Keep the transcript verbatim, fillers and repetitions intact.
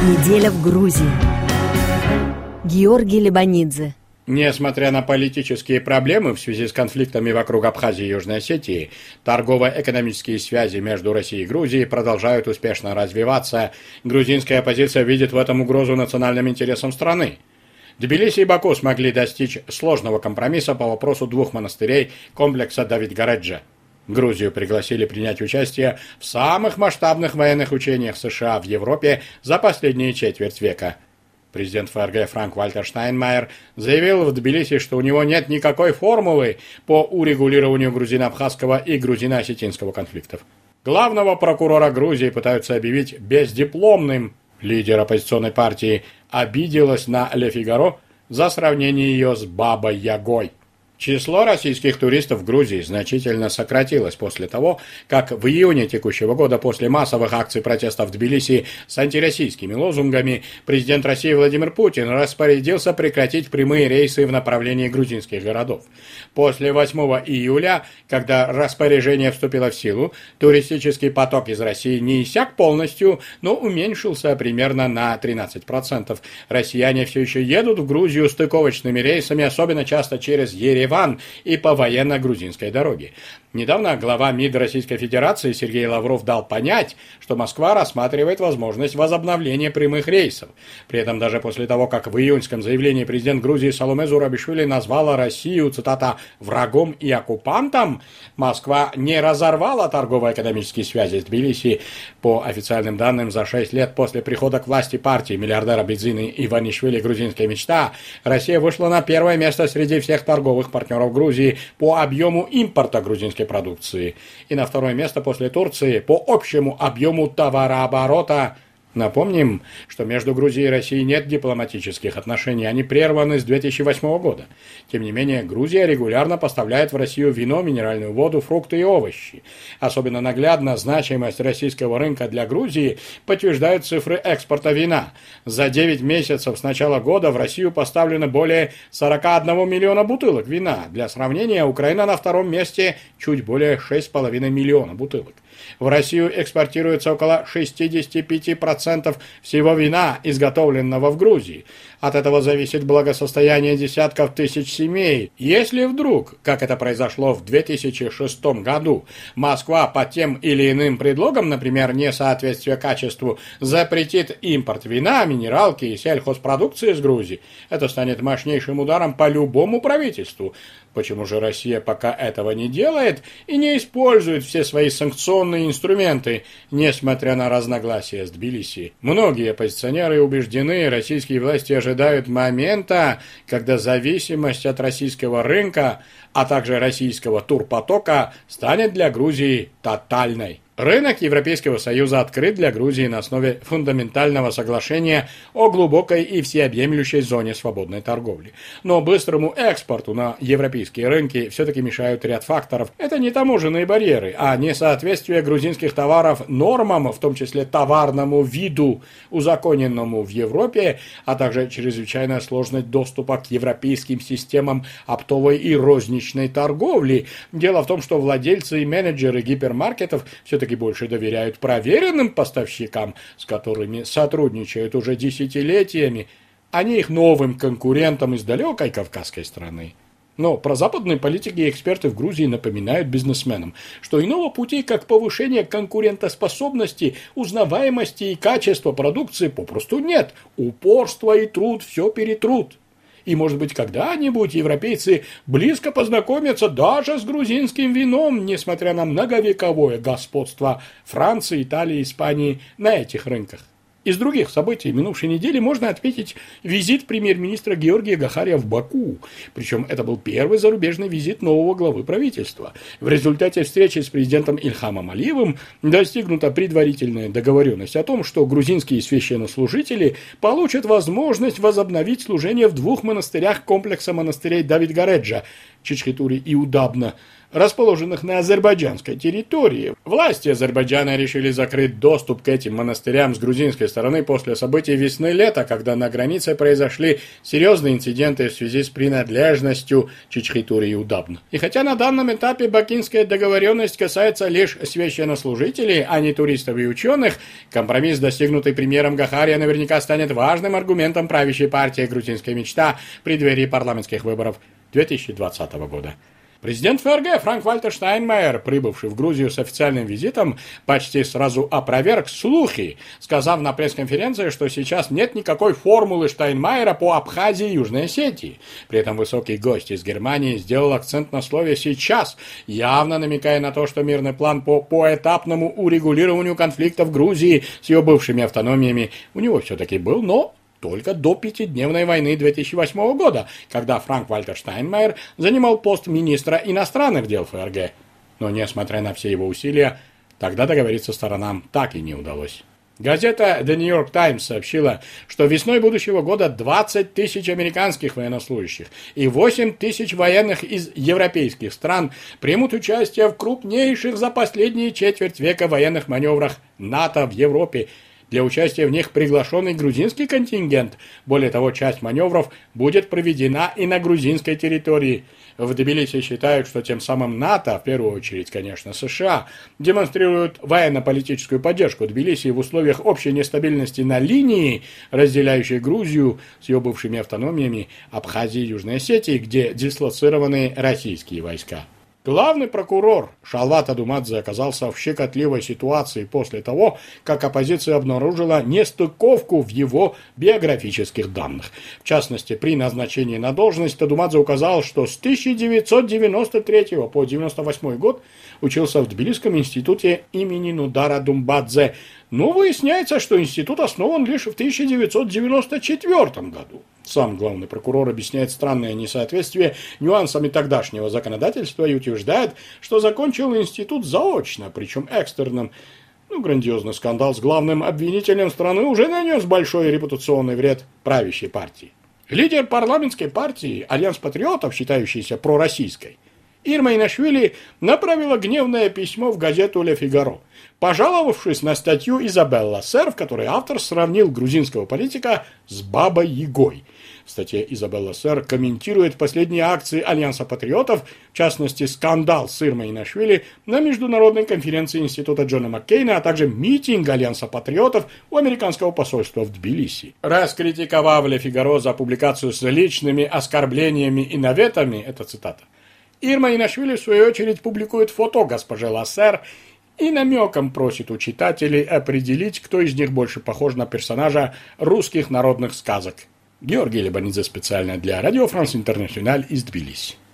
Неделя в Грузии. Георгий Лебанидзе. Несмотря на политические проблемы в связи с конфликтами вокруг Абхазии и Южной Осетии, торгово-экономические связи между Россией и Грузией продолжают успешно развиваться. Грузинская оппозиция видит в этом угрозу национальным интересам страны. Тбилиси и Баку смогли достичь сложного компромисса по вопросу двух монастырей комплекса Давид-Гореджа. Грузию пригласили принять участие в самых масштабных военных учениях США в Европе за последние четверть века. Президент ФРГ Франк-Вальтер Штайнмайер заявил в Тбилиси, что у него нет никакой формулы по урегулированию грузино-абхазского и грузино-осетинского конфликтов. Главного прокурора Грузии пытаются объявить бездипломным. Лидер оппозиционной партии обиделась на Ле Фигаро за сравнение ее с Бабой-Ягой. Число российских туристов в Грузии значительно сократилось после того, как в июне текущего года после массовых акций протеста в Тбилиси с антироссийскими лозунгами президент России Владимир Путин распорядился прекратить прямые рейсы в направлении грузинских городов. После восьмого июля, когда распоряжение вступило в силу, туристический поток из России не иссяк полностью, но уменьшился примерно на тринадцать процентов. Россияне все еще едут в Грузию стыковочными рейсами, особенно часто через Ереван и по военно-грузинской дороге. Недавно глава МИД Российской Федерации Сергей Лавров дал понять, что Москва рассматривает возможность возобновления прямых рейсов. При этом даже после того, как в июньском заявлении президент Грузии Саломе Зурабишвили назвала Россию, цитата, «врагом и оккупантом», Москва не разорвала торгово-экономические связи с Тбилиси. По официальным данным, за шесть лет после прихода к власти партии миллиардера Бидзины Иванишвили «Грузинская мечта» Россия вышла на первое место среди всех торговых партнеров Грузии по объему импорта грузинской продукции и на второе место после Турции по общему объему товарооборота. Напомним, что между Грузией и Россией нет дипломатических отношений, они прерваны с две тысячи восьмого года. Тем не менее, Грузия регулярно поставляет в Россию вино, минеральную воду, фрукты и овощи. Особенно наглядно значимость российского рынка для Грузии подтверждают цифры экспорта вина. За девять месяцев с начала года в Россию поставлено более сорока одного миллиона бутылок вина. Для сравнения, Украина на втором месте чуть более шесть с половиной миллиона бутылок. В Россию экспортируется около шестьдесят пять процентов всего вина, изготовленного в Грузии. От этого зависит благосостояние десятков тысяч семей. Если вдруг, как это произошло в две тысячи шестом году, Москва по тем или иным предлогам, например, несоответствие качеству, запретит импорт вина, минералки и сельхозпродукции из Грузии, это станет мощнейшим ударом по любому правительству. Почему же Россия пока этого не делает и не использует все свои санкционные инструменты, несмотря на разногласия с Тбилиси? Многие оппозиционеры убеждены, российские власти ожидают момента, когда зависимость от российского рынка, а также российского турпотока станет для Грузии тотальной. Рынок Европейского Союза открыт для Грузии на основе фундаментального соглашения о глубокой и всеобъемлющей зоне свободной торговли. Но быстрому экспорту на европейские рынки все-таки мешают ряд факторов. Это не таможенные барьеры, а несоответствие грузинских товаров нормам, в том числе товарному виду, узаконенному в Европе, а также чрезвычайная сложность доступа к европейским системам оптовой и розничной торговли. Дело в том, что владельцы и менеджеры гипермаркетов все-таки все-таки больше доверяют проверенным поставщикам, с которыми сотрудничают уже десятилетиями, а не их новым конкурентам из далекой кавказской страны. Но прозападные политики и эксперты в Грузии напоминают бизнесменам, что иного пути, как повышение конкурентоспособности, узнаваемости и качества продукции попросту нет. Упорство и труд все перетрут. И, может быть, когда-нибудь европейцы близко познакомятся даже с грузинским вином, несмотря на многовековое господство Франции, Италии, Испании на этих рынках. Из других событий минувшей недели можно отметить визит премьер-министра Георгия Гахария в Баку. Причем это был первый зарубежный визит нового главы правительства. В результате встречи с президентом Ильхамом Алиевым достигнута предварительная договоренность о том, что грузинские священнослужители получат возможность возобновить служение в двух монастырях комплекса монастырей Давид-Гореджа, Чичхитури и Удабна, расположенных на азербайджанской территории. Власти Азербайджана решили закрыть доступ к этим монастырям с грузинской стороны после событий весны-лета, когда на границе произошли серьезные инциденты в связи с принадлежностью Чичхитури и Удабна. И хотя на данном этапе бакинская договоренность касается лишь священнослужителей, а не туристов и ученых, компромисс, достигнутый премьером Гахария, наверняка станет важным аргументом правящей партии «Грузинская мечта» в преддверии парламентских выборов две тысячи двадцатого года. Президент ФРГ Франк-Вальтер Штайнмайер, прибывший в Грузию с официальным визитом, почти сразу опроверг слухи, сказав на пресс-конференции, что сейчас нет никакой формулы Штайнмайера по Абхазии и Южной Осетии. При этом высокий гость из Германии сделал акцент на слове «сейчас», явно намекая на то, что мирный план по поэтапному урегулированию конфликта в Грузии с ее бывшими автономиями у него все-таки был, но только до пятидневной войны две тысячи восьмого года, когда Франк-Вальтер Штайнмайер занимал пост министра иностранных дел ФРГ. Но, несмотря на все его усилия, тогда договориться сторонам так и не удалось. Газета The New York Times сообщила, что весной будущего года двадцать тысяч американских военнослужащих и восемь тысяч военных из европейских стран примут участие в крупнейших за последние четверть века военных маневрах НАТО в Европе. Для участия в них приглашенный грузинский контингент. Более того, часть маневров будет проведена и на грузинской территории. В Тбилиси считают, что тем самым НАТО, в первую очередь, конечно, США, демонстрируют военно-политическую поддержку Тбилиси в условиях общей нестабильности на линии, разделяющей Грузию с ее бывшими автономиями Абхазии и Южной Осетии, где дислоцированы российские войска. Главный прокурор Шалват Адумадзе оказался в щекотливой ситуации после того, как оппозиция обнаружила нестыковку в его биографических данных. В частности, при назначении на должность Адумадзе указал, что с тысяча девятьсот девяносто третьего по девяносто восьмой год учился в Тбилисском институте имени Нудара Думбадзе. Но выясняется, что институт основан лишь в тысяча девятьсот девяносто четвёртом году. Сам главный прокурор объясняет странное несоответствие нюансами тогдашнего законодательства и утверждает, что закончил институт заочно, причем экстерном. Ну, грандиозный скандал с главным обвинителем страны уже нанес большой репутационный вред правящей партии. Лидер парламентской партии «Альянс патриотов», считающийся пророссийской, Ирма Инашвили направила гневное письмо в газету «Ле Фигаро», пожаловавшись на статью Изабелла Сэр, в которой автор сравнил грузинского политика с Бабой-Ягой. В статье Изабелла Сэр комментирует последние акции Альянса патриотов, в частности скандал с Ирмой Инашвили на международной конференции Института Джона Маккейна, а также митинг Альянса патриотов у американского посольства в Тбилиси. Раскритиковав Ле Фигаро за публикацию с личными оскорблениями и наветами, это цитата, Ирма Инашвили, в свою очередь, публикует фото госпожи Лассер и намеком просит у читателей определить, кто из них больше похож на персонажа русских народных сказок. Георгий Лебанидзе специально для Радио Франс Интернациональ из Тбилиси.